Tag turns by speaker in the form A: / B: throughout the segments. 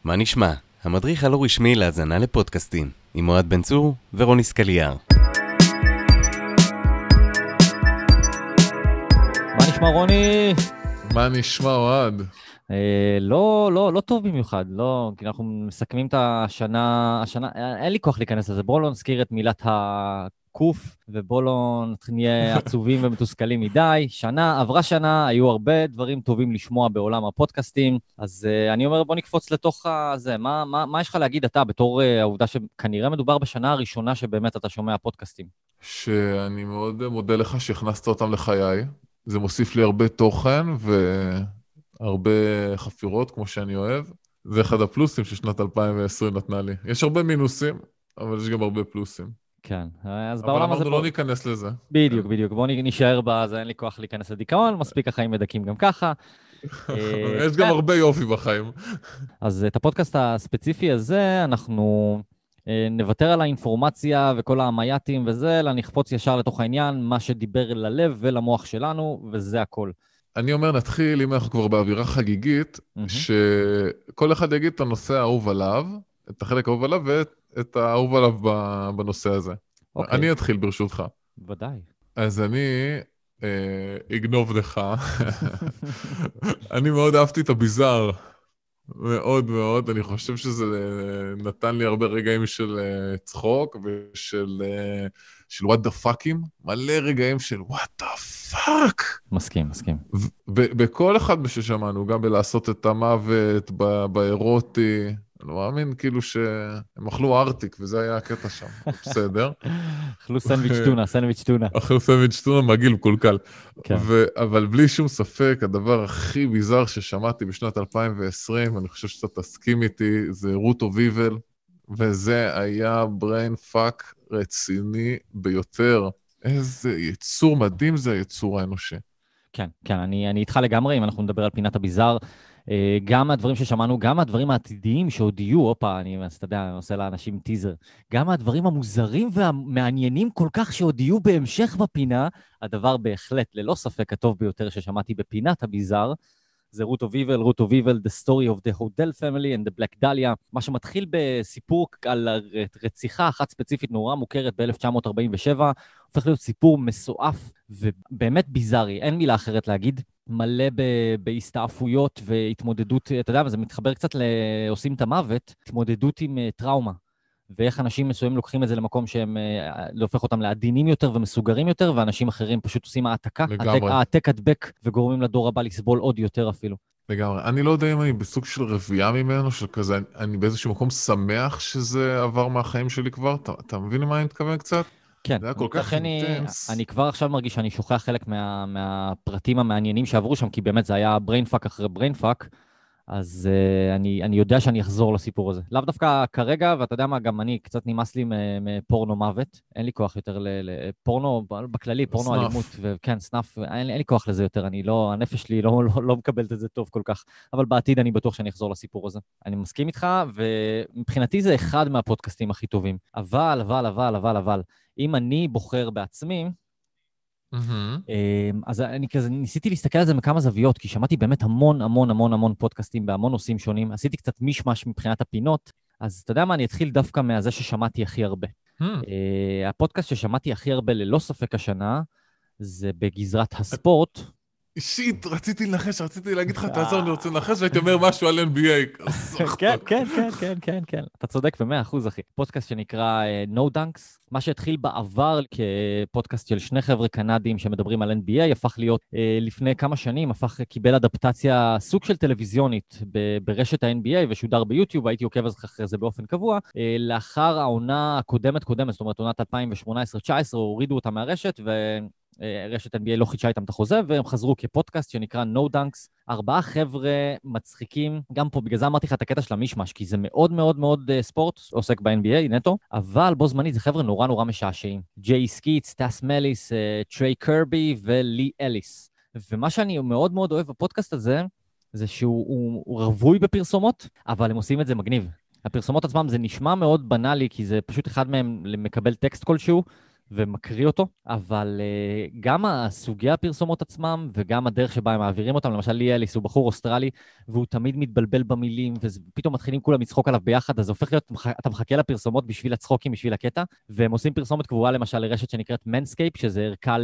A: מה נשמע? המדריך הלא רשמי להאזנה לפודקאסטים, עם אוהד בן צור ורוני סקליאר.
B: מה נשמע רוני?
C: מה נשמע אוהד?
B: לא טוב במיוחד, לא, כי אנחנו מסכמים את השנה, אין לי כוח להיכנס לזה, בואו לא נזכיר את מילת הקוף, ובואו לא נהיה עצובים ומתוסכלים מדי. עברה שנה, היו הרבה דברים טובים לשמוע בעולם הפודקאסטים, אז אני אומר בואו נקפוץ לתוך זה, מה יש לך להגיד אתה בתור העובדה שכנראה מדובר בשנה הראשונה שבאמת אתה שומע פודקאסטים?
C: שאני מאוד מודה לך שהכנסת אותם לחיי. זה מוסיף לי הרבה תוכן והרבה חפירות, כמו שאני אוהב. זה אחד הפלוסים ששנת 2020 נתנה לי. יש הרבה מינוסים, אבל יש גם הרבה פלוסים.
B: כן, אז
C: אבל
B: בעולם הזה
C: אמרנו לא ניכנס לזה.
B: בדיוק, בואו נשאר בזה, אין לי כוח להיכנס לדיכאון, מספיק החיים מדכים גם ככה.
C: יש גם הרבה יופי בחיים.
B: אז את הפודקאסט הספציפי הזה, אנחנו נוותר על האינפורמציה וכל המייטים וזה, אלא נחפוץ ישר לתוך העניין, מה שדיבר ללב ולמוח שלנו, וזה הכל.
C: אני אומר, נתחיל, אם אנחנו כבר באווירה חגיגית, שכל אחד יגיד את הנושא האהוב עליו, את החלק האהוב עליו, ואת האהוב עליו בנושא הזה. אני אתחיל ברשותך.
B: ודאי.
C: אז אני אגנוב לך. אני מאוד אהבתי את הביזאר. מאוד מאוד. אני חושב שזה נתן לי הרבה רגעים של צחוק ושל what the fuck'ים. מלא רגעים של what the fuck.
B: מסכים.
C: בכל אחד ששמענו, גם בלעשות את המוות, באירוטי. אני לא מאמין כאילו שהם אכלו ארטיק, וזה היה הקטע שם. בסדר.
B: אכלו סנדוויץ' טונה.
C: אכלו סנדוויץ' טונה מגעיל קולקל.
B: כן.
C: אבל בלי שום ספק, הדבר הכי ביזר ששמעתי בשנת 2020, אני חושב שאתה תסכים איתי, זה רוט אוף איבל, וזה היה בריין פאק רציני ביותר. איזה יצור מדהים זה היצור האנושי.
B: כן, אני איתך לגמרי, אם אנחנו נדבר על פינת הביזאר, גם מהדברים ששמענו, גם מהדברים העתידיים שעוד יהיו, אני עושה לאנשים טיזר, גם מהדברים המוזרים והמעניינים כל כך שעוד יהיו בהמשך בפינה, הדבר בהחלט, ללא ספק הטוב ביותר ששמעתי בפינת הביזאר, זה רוט אוף איבל, The Story of the Hodel Family and the Black Dahlia, מה שמתחיל בסיפור על רציחה אחת ספציפית נורא מוכרת ב-1947, הופך להיות סיפור מסועף ובאמת ביזארי, אין מילה אחרת להגיד, מלא בהסתעפויות והתמודדות, אתה יודע, זה מתחבר קצת לעושים את המוות, התמודדות עם טראומה, ואיך אנשים מסוימים לוקחים את זה למקום שהם הופך אותם לעדינים יותר ומסוגרים יותר, ואנשים אחרים פשוט עושים העתק הדבק, וגורמים לדור הבא לסבול עוד יותר אפילו.
C: לגמרי. אני לא יודע אם אני בסוג של רבייה ממנו, של כזה, אני באיזשהו מקום שמח שזה עבר מהחיים שלי כבר. אתה מבין למה אני מתכוון קצת?
B: כן.
C: זה היה כל כך אינטנס.
B: אני כבר עכשיו מרגיש שאני שוכח חלק מהפרטים המעניינים שעברו שם, כי באמת זה היה brain fuck אחרי brain fuck, אז אני יודע שאני אחזור לסיפור הזה. לאו דווקא כרגע, ואתה יודע מה, גם אני, קצת נמאס לי מפורנו מוות. אין לי כוח יותר לפורנו, בכללי, פורנו אלימות, וכן, סנאף, אין לי כוח לזה יותר. הנפש שלי לא מקבלת את זה טוב כל כך. אבל בעתיד אני בטוח שאני אחזור לסיפור הזה. אני מסכים איתך, ומבחינתי זה אחד מהפודקאסטים הכי טובים. אבל, אם אני בוחר בעצמי, אז אני כזה ניסיתי להסתכל על זה מכמה זוויות, כי שמעתי באמת המון פודקאסטים בהמון נושאים שונים, עשיתי קצת מישמש מבחינת הפינות, אז אתה יודע מה, אני אתחיל דווקא מהזה ששמעתי הכי הרבה. הפודקאסט ששמעתי הכי הרבה ללא ספק השנה, זה בגזרת הספורט.
C: שיט, רציתי להגיד לך, תעזור, אני רוצה לנחש, והייתי אומר משהו על NBA.
B: כן, אתה צודק ב100%, אחי. פודקאסט שנקרא No Dunks, מה שהתחיל בעבר כפודקאסט של שני חבר'ה קנדים שמדברים על NBA, הפך להיות לפני כמה שנים, קיבל אדפטציה סוג של טלוויזיונית ברשת ה-NBA ושודר ביוטיוב, הייתי עוקב אחרי זה באופן קבוע, לאחר העונה הקודמת, זאת אומרת, עונת 2018-2019, הורידו אותה מהרשת רשת NBA לא חידשה איתם את החוזה, והם חזרו כפודקאסט שנקרא No Dunks, 4 חבר'ה מצחיקים, גם פה בגלל זה אמרתי לך את הקטע של המישמש, כי זה מאוד ספורט, עוסק ב-NBA נטו, אבל בו זמנית זה חבר'ה נורא משעשעים. ג'יי סקיץ, טס מליס, טריי קרבי ולי אליס. ומה שאני מאוד אוהב בפודקאסט הזה, זה שהוא רווי בפרסומות, אבל הם עושים את זה מגניב. הפרסומות עצמם זה נשמע מאוד בנאלי, כי זה פשוט אחד מהם מקבל טקסט כלשהו, ומקריא אותו, אבל גם הסוגי הפרסומות עצמם, וגם הדרך שבה הם מעבירים אותם, למשל ליאליס הוא בחור אוסטרלי, והוא תמיד מתבלבל במילים, ופתאום מתחילים כולם לצחוק עליו ביחד, אז הופך להיות, אתה מחכה לפרסומות בשביל הצחוקים, בשביל הקטע, והם עושים פרסומת קבועה למשל לרשת שנקראת מנסקייפ, שזה ערכה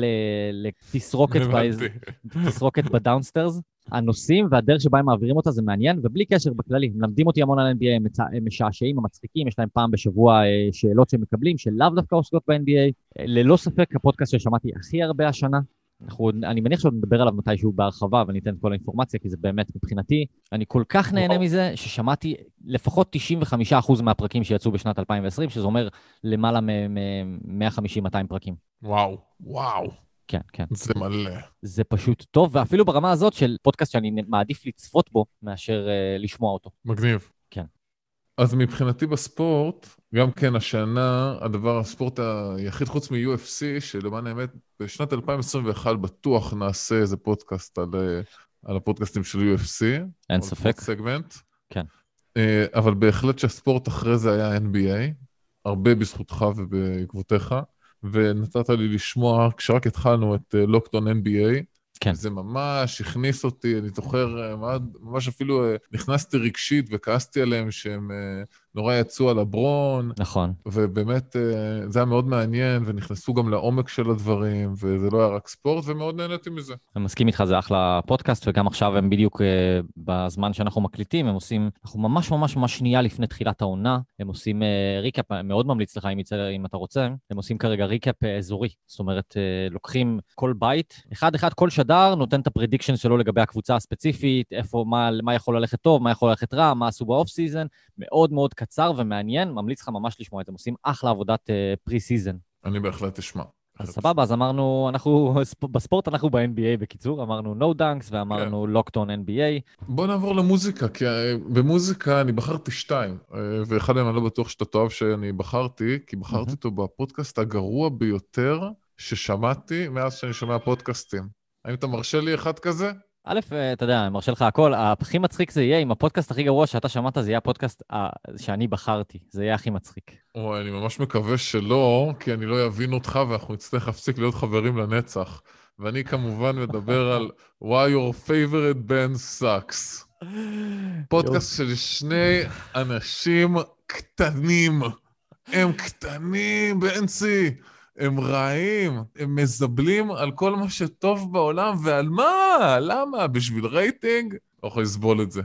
B: לתסרוקת בדאונסטרס. הנושאים והדרך שבה הם מעבירים אותה זה מעניין, ובלי קשר בכללי, מלמדים אותי המון על NBA, הם משעשעים, המצחיקים, יש להם פעם בשבוע שאלות שהם מקבלים, שלאו דווקא עוסקות ב-NBA. ללא ספק הפודקאסט ששמעתי הכי הרבה השנה, אני מניח שעוד נדבר עליו מתישהו בהרחבה, ואני אתן את כל האינפורמציה, כי זה באמת מבחינתי, אני כל כך נהנה מזה, ששמעתי לפחות 95% מהפרקים שיצאו בשנת 2020, שזה אומר למעלה מ-150-200 פרקים.
C: וואו.
B: כן, כן.
C: זה מלא.
B: זה פשוט טוב, ואפילו ברמה הזאת של פודקאסט שאני מעדיף לצפות בו, מאשר לשמוע אותו.
C: מגניב.
B: כן.
C: אז מבחינתי בספורט, גם כן השנה, הספורט היחיד חוץ מ-UFC, שלמען האמת, בשנת 2021 בטוח נעשה איזה פודקאסט על הפודקאסטים של UFC.
B: אין ספק.
C: סגמנט.
B: כן.
C: אבל בהחלט שהספורט אחרי זה היה NBA, הרבה בזכותך ובעקבותיך. ונתת לי לשמוע, כשרק התחלנו את לוקדאון NBA,
B: כן.
C: זה ממש הכניס אותי, אני זוכר, ממש אפילו נכנסתי רגשית וכעסתי עליהם שהם נורא יצאו על הברון.
B: נכון.
C: ובאמת זה היה מאוד מעניין, ונכנסו גם לעומק של הדברים, וזה לא היה רק ספורט, ומאוד נהניתי מזה.
B: אני מסכים איתך, זה אחלה פודקאסט, וגם עכשיו הם בדיוק בזמן שאנחנו מקליטים, הם עושים, אנחנו ממש שנייה לפני תחילת העונה, הם עושים ריקאפ, מאוד ממליץ לך אם אתה רוצה, הם עושים כרגע ריקאפ אזורי, זאת אומרת, לוקחים כל בית, אחד כל שדר נותן את הפרדיקשן שלו לגבי הקבוצה הספציפית, איפה, מה יכול ללכת טוב, מה יכול ללכת רע, מה עשו באוף סיזן, מאוד מאוד קצר ומעניין, ממליץ לך ממש לשמוע את זה, הם עושים אחלה עבודת פרי סיזן.
C: אני בהחלט אשמע.
B: אז סבבה, אז אמרנו, בספורט אנחנו ב-NBA בקיצור, אמרנו No Dunks ואמרנו לוקדאון NBA.
C: בוא נעבור למוזיקה, כי במוזיקה אני בחרתי 2, ואחד מהם אני לא בטוח שאתה תאהב שאני בחרתי, כי בחרתי אותו בפודקאסט הגרוע ביותר ששמעתי מאז שאני שומע פודקאסטים. האם אתה מרשה לי אחד כזה?
B: א', אתה יודע, אני מרשה לך הכל, הכי מצחיק זה יהיה, אם הפודקאסט הכי גרוע שאתה שמעת, זה יהיה הפודקאסט שאני בחרתי, זה יהיה הכי מצחיק.
C: אוי, אני ממש מקווה שלא, כי אני לא אבין אותך, ואנחנו נצטרך להפסיק להיות חברים לנצח. ואני כמובן מדבר על Why Your Favorite Band Sucks. פודקאסט של 2 אנשים קטנים. הם קטנים, בנצי. הם רעים, הם מזבלים על כל מה שטוב בעולם, ועל מה? למה? בשביל רייטינג? לא יכול לסבול את זה.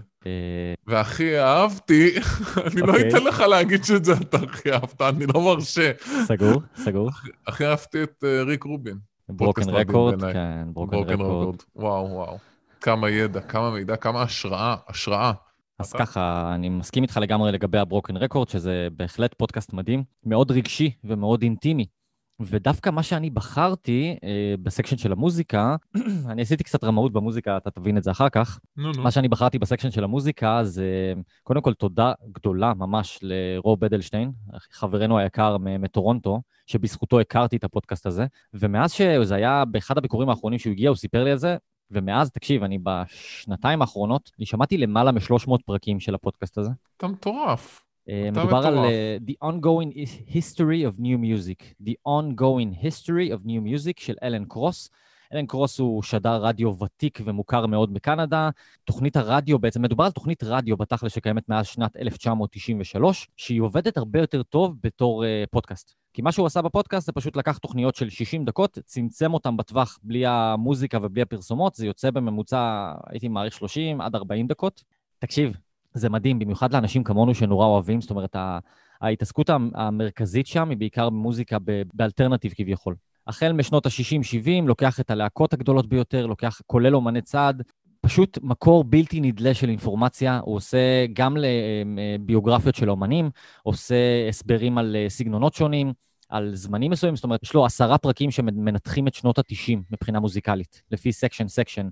C: והכי אהבתי, אני לא אתן לך להגיד שאת זה אתה הכי אהבת, אני לא מרשה.
B: סגור.
C: הכי אהבתי את ריק רובין.
B: ברוקן רקורד, כן, ברוקן רקורד.
C: וואו. כמה ידע, כמה מידע, כמה השראה.
B: אז ככה, אני מסכים איתך לגמרי לגבי הברוקן רקורד, שזה בהחלט פודקאסט מדהים, מאוד רגשי ומאוד אינטימי. ודווקא מה שאני בחרתי בסקשן של המוזיקה, אני עשיתי קצת רמאות במוזיקה, אתה תבין את זה אחר כך. מה שאני בחרתי בסקשן של המוזיקה זה, קודם כל תודה גדולה ממש לרוב אדלשטיין, חברנו היקר מטורונטו, שבזכותו הכרתי את הפודקאסט הזה, ומאז שזה היה באחד הביקורים האחרונים שהוא הגיע, הוא סיפר לי על זה, ומאז, תקשיב, אני בשנתיים האחרונות, אני שמעתי למעלה מ-300 פרקים של הפודקאסט הזה.
C: אתה מטורף.
B: מדובר על The Ongoing History of New Music. The Ongoing History of New Music של אלן קרוס. אלן קרוס הוא שדר רדיו ותיק ומוכר מאוד בקנדה. תוכנית הרדיו, בעצם מדובר על תוכנית רדיו בתכל'ס שקיימת מאז שנת 1993, שהיא עובדת הרבה יותר טוב בתור פודקאסט. כי מה שהוא עשה בפודקאסט זה פשוט לקח תוכניות של 60 דקות, צמצם אותם בטווח בלי המוזיקה ובלי הפרסומות, זה יוצא בממוצע, הייתי מעריך 30 עד 40 דקות. תקשיב, זה מדהים, במיוחד לאנשים כמונו שנורא אוהבים, זאת אומרת, ההתעסקות המרכזית שם היא בעיקר במוזיקה באלטרנטיב כביכול. החל משנות ה-60-70, לוקח את הלהקות הגדולות ביותר, כולל אומני צעד, פשוט מקור בלתי נדלה של אינפורמציה, הוא עושה גם לביוגרפיות של אומנים, עושה הסברים על סגנונות שונים, על זמנים מסוימים, זאת אומרת, יש לו 10 פרקים שמנתחים את שנות ה-90 מבחינה מוזיקלית, לפי סקשן.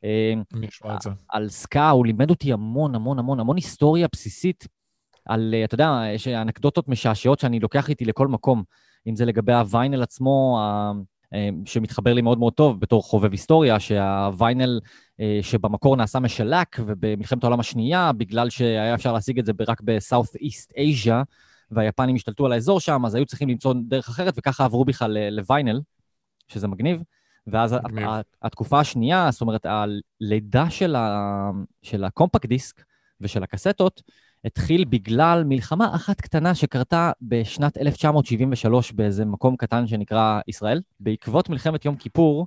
B: על סקה, הוא לימד אותי המון היסטוריה בסיסית, על, אתה יודע, יש אנקדוטות משעשעות שאני לוקח איתי לכל מקום, אם זה לגבי הוויינל עצמו, שמתחבר לי מאוד מאוד טוב בתור חובב היסטוריה, שהוויינל שבמקור נעשה משלק, ובמלחמת העולם השנייה, בגלל שהיה אפשר להשיג את זה רק בסאות' איסט אייז'ה, והיפנים השתלטו על האזור שם, אז היו צריכים למצוא דרך אחרת, וככה עברו בכלל לוויינל, שזה מגניב. ואז התקופה השנייה, זאת אומרת, הלידה של הקומפקט דיסק ושל הקסטות, התחיל בגלל מלחמה אחת קטנה שקרתה בשנת 1973 באיזה מקום קטן שנקרא ישראל. בעקבות מלחמת יום כיפור,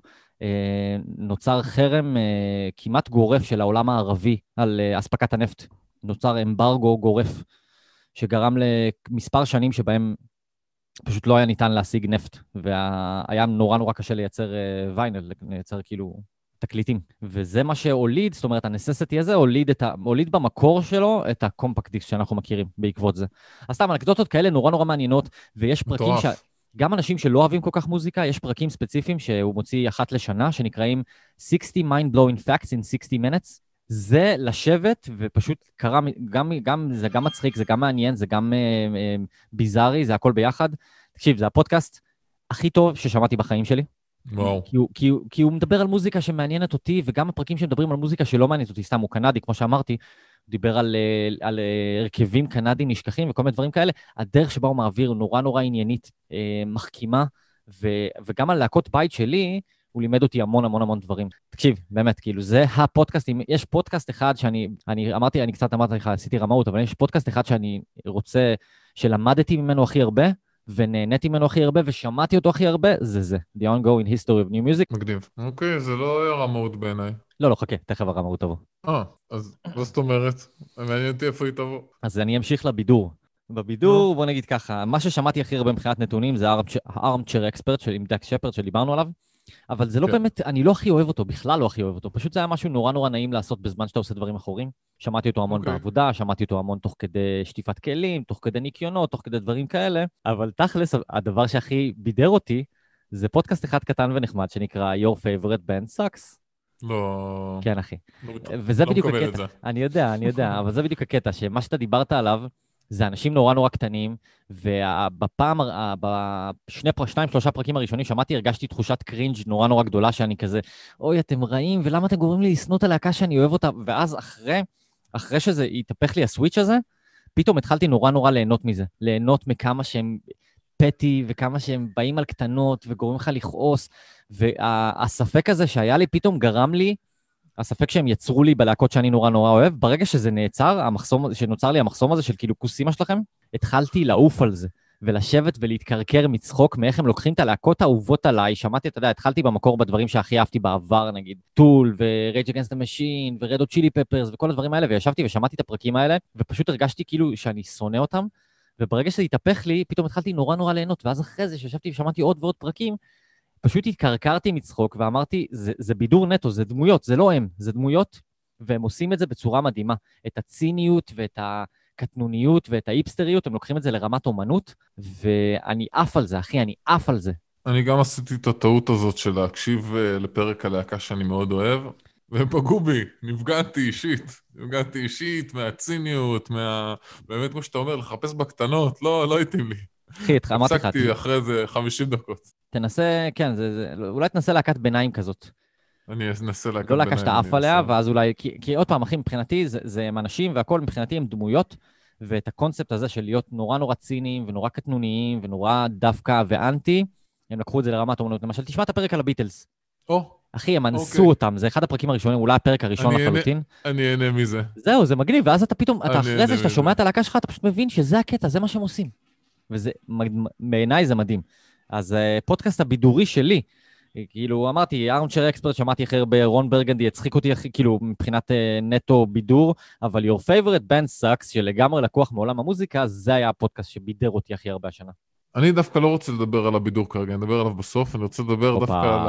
B: נוצר חרם כמעט גורף של העולם הערבי על אספקת הנפט. נוצר אמברגו גורף, שגרם למספר שנים שבהם פשוט לא היה ניתן להשיג נפט, והיה נורא קשה לייצר ויינל, לייצר כאילו תקליטים. וזה מה שהוליד, זאת אומרת, הנססיטי הזה הוליד במקור שלו את הקומפקט דיסק שאנחנו מכירים בעקבות זה. אז סתם, אנקדוטות כאלה נורא מעניינות, ויש פרקים גם אנשים שלא אוהבים כל כך מוזיקה, יש פרקים ספציפיים שהוא מוציא אחת לשנה, שנקראים 60 mind-blowing facts in 60 minutes. זה לשבת, ופשוט קרה, זה גם מצחיק, זה גם מעניין, זה גם ביזארי, זה הכל ביחד. תקשיב, זה הפודקאסט הכי טוב ששמעתי בחיים שלי.
C: וואו.
B: כי הוא מדבר על מוזיקה שמעניינת אותי, וגם הפרקים שמדברים על מוזיקה שלא מעניינת אותי, סתם הוא קנדי, כמו שאמרתי, הוא דיבר על הרכבים קנדים נשכחים וכל מיני דברים כאלה. הדרך שבה הוא מעביר נורא עניינית, מחכימה, וגם על להקות בית שלי, הוא לימד אותי המון דברים. תקשיב, באמת, כאילו, זה הפודקאסט, יש פודקאסט אחד אני קצת אמרתי לך, עשיתי רמאות, אבל יש פודקאסט אחד שאני רוצה, שלמדתי ממנו הכי הרבה, ונהניתי ממנו הכי הרבה, ושמעתי אותו הכי הרבה, זה. The Ongoing History of New Music.
C: מגניב. אוקיי, זה לא היה רמאות בעיניי.
B: לא, חכה, תכף הרמאות תבוא.
C: אז מה זאת אומרת? מעניין אותי איפה היא תבוא.
B: אז אני אמשיך לבידור. בבידור, בוא נגיד ככה, מה ששמעתי הכי הרבה מבחינת נתונים, זה Armchair Expert עם דק שפרד שדיברנו עליו, אבל זה לא באמת, אני לא הכי אוהב אותו, בכלל לא הכי אוהב אותו, פשוט זה היה משהו נורא נעים לעשות בזמן שאתה עושה דברים אחרים. שמעתי אותו המון בעבודה, שמעתי אותו המון תוך כדי שטיפת כלים, תוך כדי ניקיונות, תוך כדי דברים כאלה, אבל תכלס, הדבר שהכי בידר אותי, זה פודקאסט אחד קטן ונחמד, שנקרא Your Favorite Band Sucks.
C: לא...
B: כן, אחי. וזה בדיוק
C: מקבל את
B: הקטע.
C: זה.
B: אני יודע, אבל זה בדיוק הקטע, שמה שאתה דיברת עליו, זה אנשים נורא קטנים, בשניים, שלושה פרקים הראשונים שמעתי, הרגשתי תחושת קרינג' נורא גדולה, שאני כזה, אוי, אתם רעים, ולמה אתם גורמים לי לסנות הלהקה שאני אוהב אותה? ואז אחרי שזה יתהפך לי הסוויץ' הזה, פתאום התחלתי נורא ליהנות מזה, ליהנות מכמה שהם פטי, וכמה שהם באים על קטנות, וגורמים לך לכעוס, והספק הזה שהיה לי פתאום גרם לי, הספק שהם יצרו לי בלהקות שאני נורא אוהב, ברגע שזה נעצר, שנוצר לי המחסום הזה של כאילו כוסימה שלכם, התחלתי לעוף על זה, ולשבת ולהתקרקר מצחוק מאיך הם לוקחים את הלהקות האהובות עליי, שמעתי, אתה יודע, התחלתי במקור בדברים שהכי אהבתי בעבר, נגיד, טול ו-Rage Against the Machine ו-Red Hot Chili Peppers וכל הדברים האלה, וישבתי ושמעתי את הפרקים האלה, ופשוט הרגשתי כאילו שאני שונא אותם, וברגע שזה התהפך לי, פתאום התחלתי נורא ליהנות, ואז אחרי זה שישבתי ושמעתי עוד ועוד פרקים, פשוט התקרקרתי מצחוק ואמרתי, זה בידור נטו, זה דמויות, זה לא הם, זה דמויות, והם עושים את זה בצורה מדהימה. את הציניות ואת הקטנוניות ואת האיפסטריות, הם לוקחים את זה לרמת אומנות, ואני עף על זה, אחי, אני עף על זה.
C: אני גם עשיתי את הטעות הזאת של להקשיב לפרק הלהקה שאני מאוד אוהב, והם פגעו בי, נפגעתי אישית מהציניות, באמת כמו שאתה אומר, לחפש בקטנות, לא התאים לי.
B: אחי, אמרתי לך.
C: הפסקתי אחרי זה 50 דקות.
B: תנסה, כן, אולי תנסה להקת ביניים כזאת.
C: אני אנסה להקת
B: לא
C: ביניים.
B: להקה שאתה עף עליה, ואז אולי, כי עוד פעם, אחי, מבחינתי, זה הם אנשים, והכל מבחינתי הם דמויות, ואת הקונספט הזה של להיות נורא ציניים, ונורא קטנוניים, ונורא דווקא ואנטי, הם לקחו את זה לרמת אומנות. למשל, תשמע את הפרק על הביטלס. אחי, הם אנסו אותם, זה אחד הפרקים הראשונים, אולי הפרק הראשון לחלוטין.
C: אני אהנה מזה.
B: זהו, זה מגניב, ואז אתה פתאום, אתה אחרי זה שאתה שומע את הלהקה שלך, אתה פשוט מבין שזה הקטע, זה מה שהם עושים. וזה, בעיניי זה מדהים. אז פודקאסט הבידורי שלי, כאילו אמרתי, Armchair Expert, שמעתי אחר ברון ברגנדי, הצחיק אותי כאילו מבחינת נטו בידור, אבל Your Favorite Band Sucks, שלגמרי לקוח מעולם המוזיקה, זה היה הפודקאסט שבידר אותי הכי הרבה השנה.
C: אני דווקא לא רוצה לדבר על הבידור כרגע, אני אדבר עליו בסוף, אני רוצה לדבר דווקא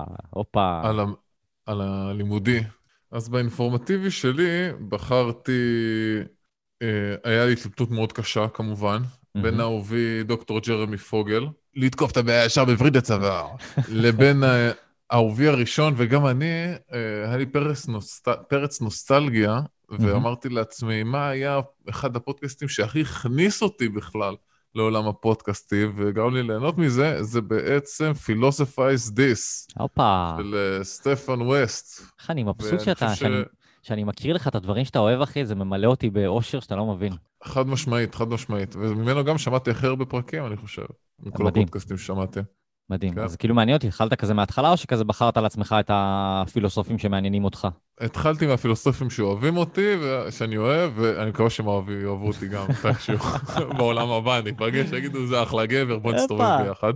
C: על הלימודי. אז באינפורמטיבי שלי בחרתי, היה לי התלבטות מאוד קשה כמובן, בין אהובי דוקטור ג'רמי פוגל, לתקוף את הבעיה ישר בווריד הצוואר, לבין אהובי הראשון, וגם אני, היה לי פרץ נוסטלגיה, ואמרתי לעצמי, מה היה אחד הפודקאסטים שהכי הכניס אותי בכלל לעולם הפודקאסטים, וגם לי ליהנות מזה, זה בעצם Philosophize This, של סטפן ווסט.
B: איך אני מבסוט שאני מכיר לך את הדברים שאתה אוהב, אחי, זה ממלא אותי באושר שאתה לא מבין.
C: חד משמעית, חד משמעית. וממנו גם שמעתי הכי הרבה פרקים, אני חושב. מכל
B: מדהים.
C: הפודקאסטים ששמעתי.
B: מדהים.
C: כן.
B: אז כאילו מעניין אותי, התחלת כזה מההתחלה, או שכזה בחרת על עצמך את הפילוסופים שמעניינים אותך?
C: התחלתי מהפילוסופים שאוהבים אותי, שאני אוהב, ואני מקווה שהם יאהבו אותי גם, מתישהו בעולם הבא, אני אפגש, יגידו, זה אחלה גבר, בוא נסתובב ביחד.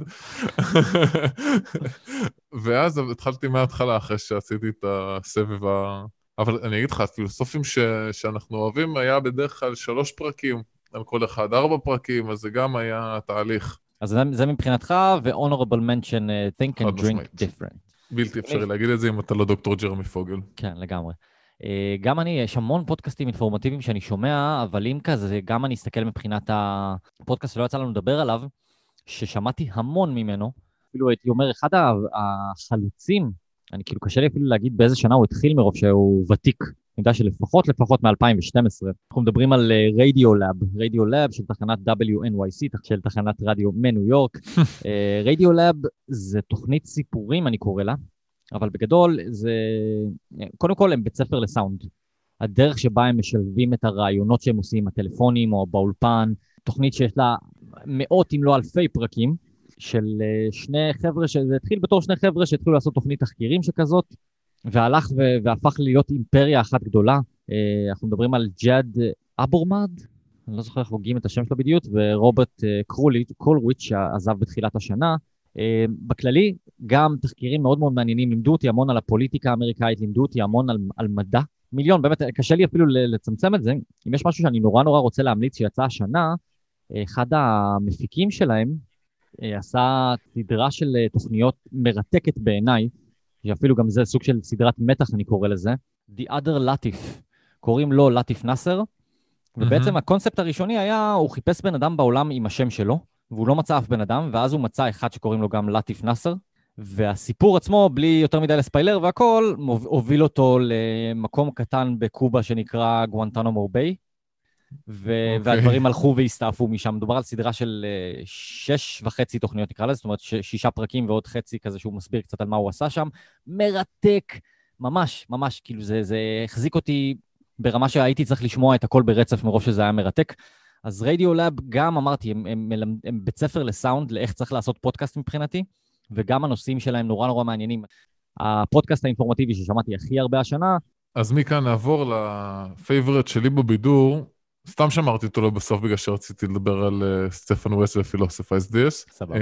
C: ואז התחלתי מההתחלה, אחרי שעשיתי את הסבב אבל אני אגיד לך, הפילוסופים שאנחנו אוהבים היה בדרך כלל 3 פרקים, על כל אחד 4 פרקים, אז זה גם היה תהליך.
B: אז זה מבחינתך, ו-honorable mention, think
C: חד
B: and drink
C: משמעית.
B: different.
C: בלתי אפשרי להגיד את זה אם אתה לא דוקטור ג'רמי פוגל.
B: כן, לגמרי. גם אני, יש המון פודקאסטים אינפורמטיביים שאני שומע, אבל אם כזה, גם אני אסתכל מבחינת הפודקאסט שלא יצא לנו לדבר עליו, ששמעתי המון ממנו. אפילו הייתי אומר, אחד החלוצים, אני כאילו קשה לי אפילו להגיד באיזה שנה הוא התחיל מרוב שהוא ותיק. אני יודע שלפחות מ-2012. אנחנו מדברים על רדיולאב של תחנת WNYC, של תחנת רדיו מניו יורק. רדיולאב זה תוכנית סיפורים, אני קורא לה, אבל בגדול זה, קודם כל הם בית ספר לסאונד. הדרך שבה הם משלבים את הרעיונות שהם עושים, הטלפונים או באולפן, תוכנית שיש לה מאות אם לא אלפי פרקים, של שני חבר'ה, שזה התחיל בתור שני חבר'ה שהתחילו לעשות תוכנית תחקירים שכזאת, והלך והפך להיות אימפריה אחת גדולה. אנחנו מדברים על ג'אד אבורמד, אני לא זוכר איך הוגים את השם שלו בדיוק, ורוברט קולוויץ' שעזב בתחילת השנה. בכללי, גם תחקירים מאוד מאוד מעניינים, לימדו אותי המון על הפוליטיקה האמריקאית, לימדו אותי המון על מדע. מיליון, באמת, קשה לי אפילו לצמצם את זה. אם יש משהו שאני נורא רוצה להמליץ שיצא השנה, אחד המפיקים שלהם עשה סדרה של תוכניות מרתקת בעיניי, שאפילו גם זה סוג של סדרת מתח, אני קורא לזה, The Other Latif. קוראים לו לטיף נאסר, ובעצם הקונספט הראשוני היה, הוא חיפש בן אדם בעולם עם השם שלו, והוא לא מצא אף בן אדם, ואז הוא מצא אחד שקוראים לו גם לטיף נאסר, והסיפור עצמו, בלי יותר מדי לספיילר והכל, הוביל אותו למקום קטן בקובה שנקרא גואנטנמו ביי, והדברים הלכו והסתעפו משם. מדובר על סדרה של 6.5 תוכניות נקרא לזה, זאת אומרת 6 פרקים ועוד חצי כזה שהוא מסביר קצת על מה הוא עשה שם. מרתק, ממש, כאילו זה החזיק אותי ברמה שהייתי צריך לשמוע את הכל ברצף מרוב שזה היה מרתק. אז רדיולאב גם אמרתי, הם בית ספר לסאונד, לאיך צריך לעשות פודקאסט מבחינתי, וגם הנושאים שלהם נורא מעניינים. הפודקאסט האינפורמטיבי ששמעתי הכי הרבה השנה.
C: אז מכאן נעבור לפייבורט שלי בבידור. סתם שמרתי אותו לו בסוף בגלל שרציתי לדבר על סטפן ווסט ופילוסופייז דיס.
B: סבבה.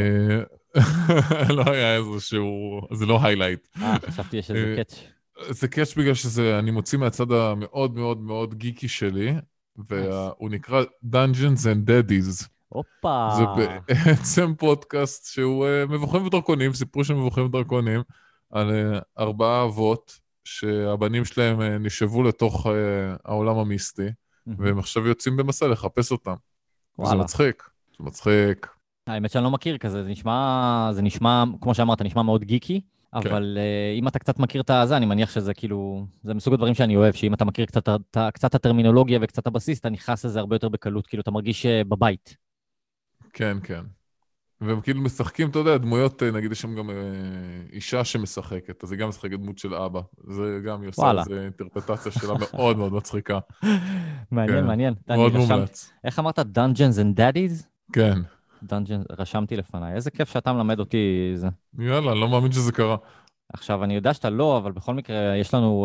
C: לא היה איזשהו, זה לא היילייט.
B: חשבתי יש איזה קאץ'.
C: זה קאץ' בגלל שאני מוציא מהצד המאוד מאוד מאוד גיקי שלי, והוא נקרא Dungeons and Daddies.
B: הופה.
C: זה בעצם פודקאסט שהוא מבוכים ודרקונים, סיפור של מבוכים ודרקונים, על 4 אבות שהבנים שלהם נשאבו לתוך העולם המיסטי, והם עכשיו יוצאים במסע לחפש אותם. וזה מצחיק, זה מצחיק.
B: האמת שאני לא מכיר כזה, זה נשמע, כמו שאמרת, נשמע מאוד גיקי, אבל אם אתה קצת מכיר את זה, אני מניח שזה כאילו, זה מסוג הדברים שאני אוהב, שאם אתה מכיר קצת הטרמינולוגיה וקצת הבסיס, אתה נכנס לזה הרבה יותר בקלות, כאילו אתה מרגיש בבית. כן.
C: והם כאילו משחקים, אתה יודע, דמויות, נגיד יש שם גם אישה שמשחקת, אז היא גם משחקת דמות של אבא. זה גם עושה איזו אינטרפטציה שלה מאוד מאוד מצחיקה.
B: מעניין.
C: מאוד מומלץ.
B: איך אמרת? Dungeons and Daddies?
C: כן.
B: רשמתי לפניי. איזה כיף שאתה מלמד אותי זה.
C: יאללה, אני לא מאמין שזה קרה.
B: עכשיו, אני יודע שאתה לא, אבל בכל מקרה, יש לנו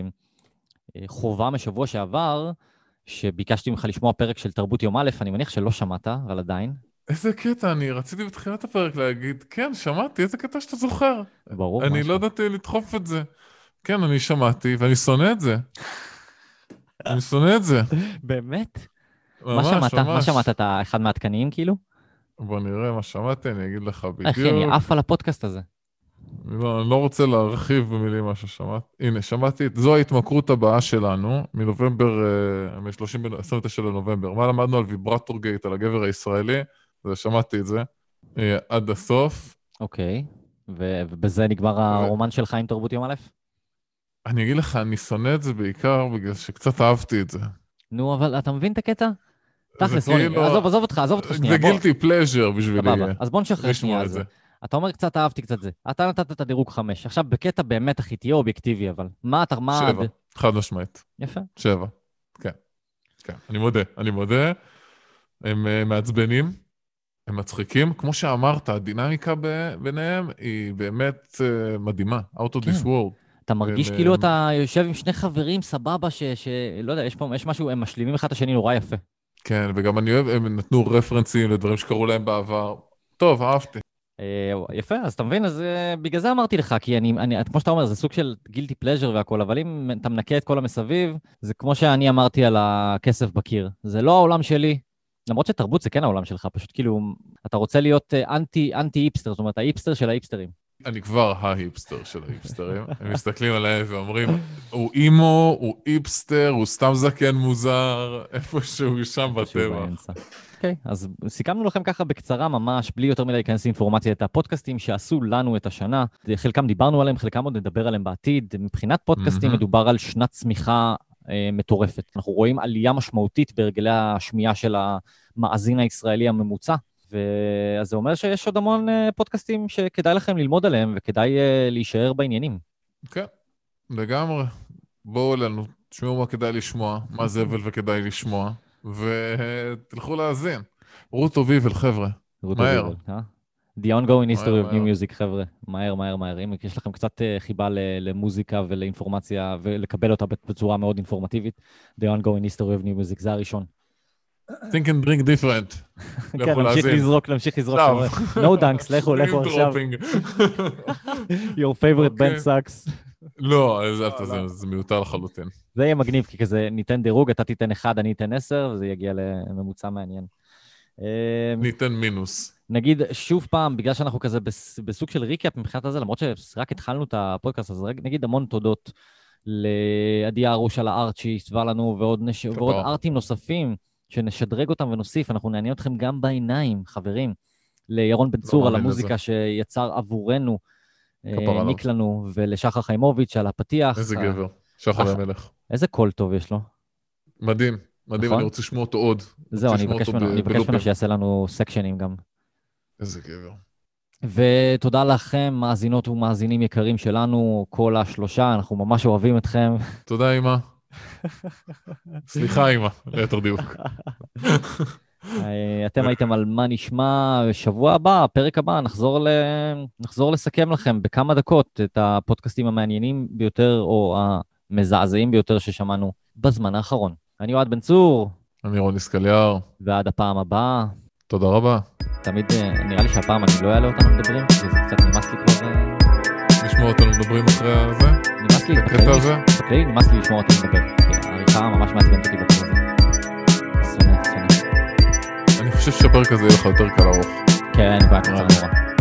B: חובה משבוע שעבר, שביקשתי ממך לשמוע פרק של תרבות יום א', אני מניח שלא שמעת, אבל עדיין.
C: איזה קטע, אני רציתי בתחילת הפרק להגיד, כן, שמעתי, איזה קטע שאתה זוכר.
B: ברור.
C: אני לא ידעתי לדחוף את זה. כן, אני שמעתי, ואני שונא את זה. אני שונא את זה.
B: באמת?
C: ממש.
B: מה שמעת? אתה אחד מהתקניים, כאילו?
C: בוא נראה מה שמעתי, אני אגיד לך בדיוק.
B: אחי, אני עף על הפודקאסט הזה.
C: אני לא רוצה להרחיב במילים מה ששמעתי. הנה, שמעתי, זו ההתמכרות הבאה שלנו, מנובמבר, מ-29 לנובמבר. מה למדנו על ויברטור גייט, על הגבר הישראלי? שמעתי את זה, עד הסוף.
B: אוקיי, ובזה נגמר הרומן שלך עם תרבות יום א'?
C: אני אגיד לך, אני שונא את זה בעיקר בגלל שקצת אהבתי את זה.
B: נו, אבל אתה מבין את הקטע? תכלס, רוני, עזוב אותך שנייה.
C: זה גילטי פלז'ר בשבילי.
B: אז בוא נשחרר שנייה את זה. אתה אומר קצת אהבתי קצת זה. אתה נתת את הדירוג 5. עכשיו בקטע באמת הכי תהיה אובייקטיבי, אבל מה אתה...
C: 7, חד משמעית.
B: יפה.
C: 7, כן. כן, אני מודה. הם מעצבנים, הם מצחיקים. כמו שאמרת, הדינמיקה ביניהם היא באמת מדהימה. Out of this world.
B: אתה מרגיש כאילו אתה יושב עם שני חברים סבבה, שלא יודע, יש משהו, הם משלימים אחד את השני נורא יפה.
C: כן, וגם אני אוהב, הם נתנו רפרנסים לדברים שקראו להם בעבר. טוב, אהבתי.
B: יפה, אז אתה מבין, אז בגלל זה אמרתי לך, כי כמו שאתה אומר, זה סוג של גילטי פלז'ר והכל, אבל אם אתה מנקה את כל המסביב, זה כמו שאני אמרתי על הכסף בקיר. זה לא העולם שלי, למרות שתרבות זה כן העולם שלך, פשוט כאילו, אתה רוצה להיות אנטי-היפסטר, זאת אומרת, ההיפסטר של ההיפסטרים.
C: אני כבר ההיפסטר של ההיפסטרים. הם מסתכלים עליהם ואומרים, הוא אימו, הוא היפסטר, הוא סתם זקן מוזר, איפשהו שם בטבע.
B: אוקיי, אז סיכמנו לכם ככה בקצרה ממש, בלי יותר מדי להיכנס לאינפורמציה, את הפודקאסטים שעשו לנו את השנה. חלקם דיברנו עליהם, חלקם עוד נדבר עליהם בעתיד. מבחינת פודקאסטים מדובר על שנת צמיחה מטורפת. אנחנו רואים עלייה משמעותית בהרגלי השמיעה של המאזין הישראלי הממוצע. אז זה אומר שיש עוד המון פודקאסטים שכדאי לכם ללמוד עליהם, וכדאי להישאר בעניינים.
C: כן, לגמרי. בואו אלינו, תשמעו מה כדאי לשמוע, מה זבל וכדאי לשמוע, ותלכו להאזין. רות אביבל, חבר'ה. מהר.
B: The ongoing history of new music, חבר'ה. מהר. אם יש לכם קצת חיבה למוזיקה ולאינפורמציה, ולקבל אותה בצורה מאוד אינפורמטיבית, The ongoing history of new music, זה הראשון.
C: Think and drink different.
B: כן, נמשיך לזרוק. No thanks, לכו עכשיו. Your favorite band sucks.
C: לא, זה מיותר לחלוטין.
B: זה יהיה מגניב, כי כזה ניתן דירוג, אתה תיתן 1, אני אתן 10, וזה יגיע לממוצע מעניין.
C: ניתן מינוס.
B: נגיד שוב פעם, בגלל שאנחנו כזה בסוג של ריקאפ מבחינת הזה, למרות שרק התחלנו את הפודקאסט, אז נגיד המון תודות לעדי הרוש על הארט שהסתווה לנו, ועוד ארטים נוספים, שנשדרג אותם ונוסיף, אנחנו נעניין אתכם גם בעיניים, חברים, לירון בן צור על המוזיקה שיצר עבורנו, העניק לנו, ולשחר חיימוביץ' על הפתיח.
C: איזה גבר, שחר המלך.
B: איזה קול טוב יש לו.
C: מדהים, אני רוצה לשמוע אותו עוד.
B: זהו, אני אבקש ממנו שיעשה לנו סקשנים גם.
C: איזה גבר.
B: ותודה לכם, מאזינות ומאזינים יקרים שלנו, כל השלושה, אנחנו ממש אוהבים אתכם.
C: תודה, אמא. סליחה, אמא, ליתר דיוק.
B: אתם הייתם על מה נשמע, שבוע הבא, הפרק הבא, נחזור לסכם לכם בכמה דקות את הפודקאסטים המעניינים ביותר, או המזעזעים ביותר ששמענו בזמן האחרון. אני אוהד בן צור.
C: אני רוני סקליאר.
B: ועד הפעם הבאה.
C: תודה רבה.
B: תמיד נראה לי שהפעם אני לא אעלה אותנו מדברים, כי זה קצת נמאס לי כבר...
C: לשמוע אותנו מדברים אחרי הזה?
B: נמאס לי, בכלי נמאס לי לשמוע אותנו מדבר, כי העריכה ממש מעצבנת אותי בפרק הזה. שונא.
C: אני חושב שהפרק הזה יהיה לך יותר קל ארוך.
B: כן, אני בעיה קצר נורא.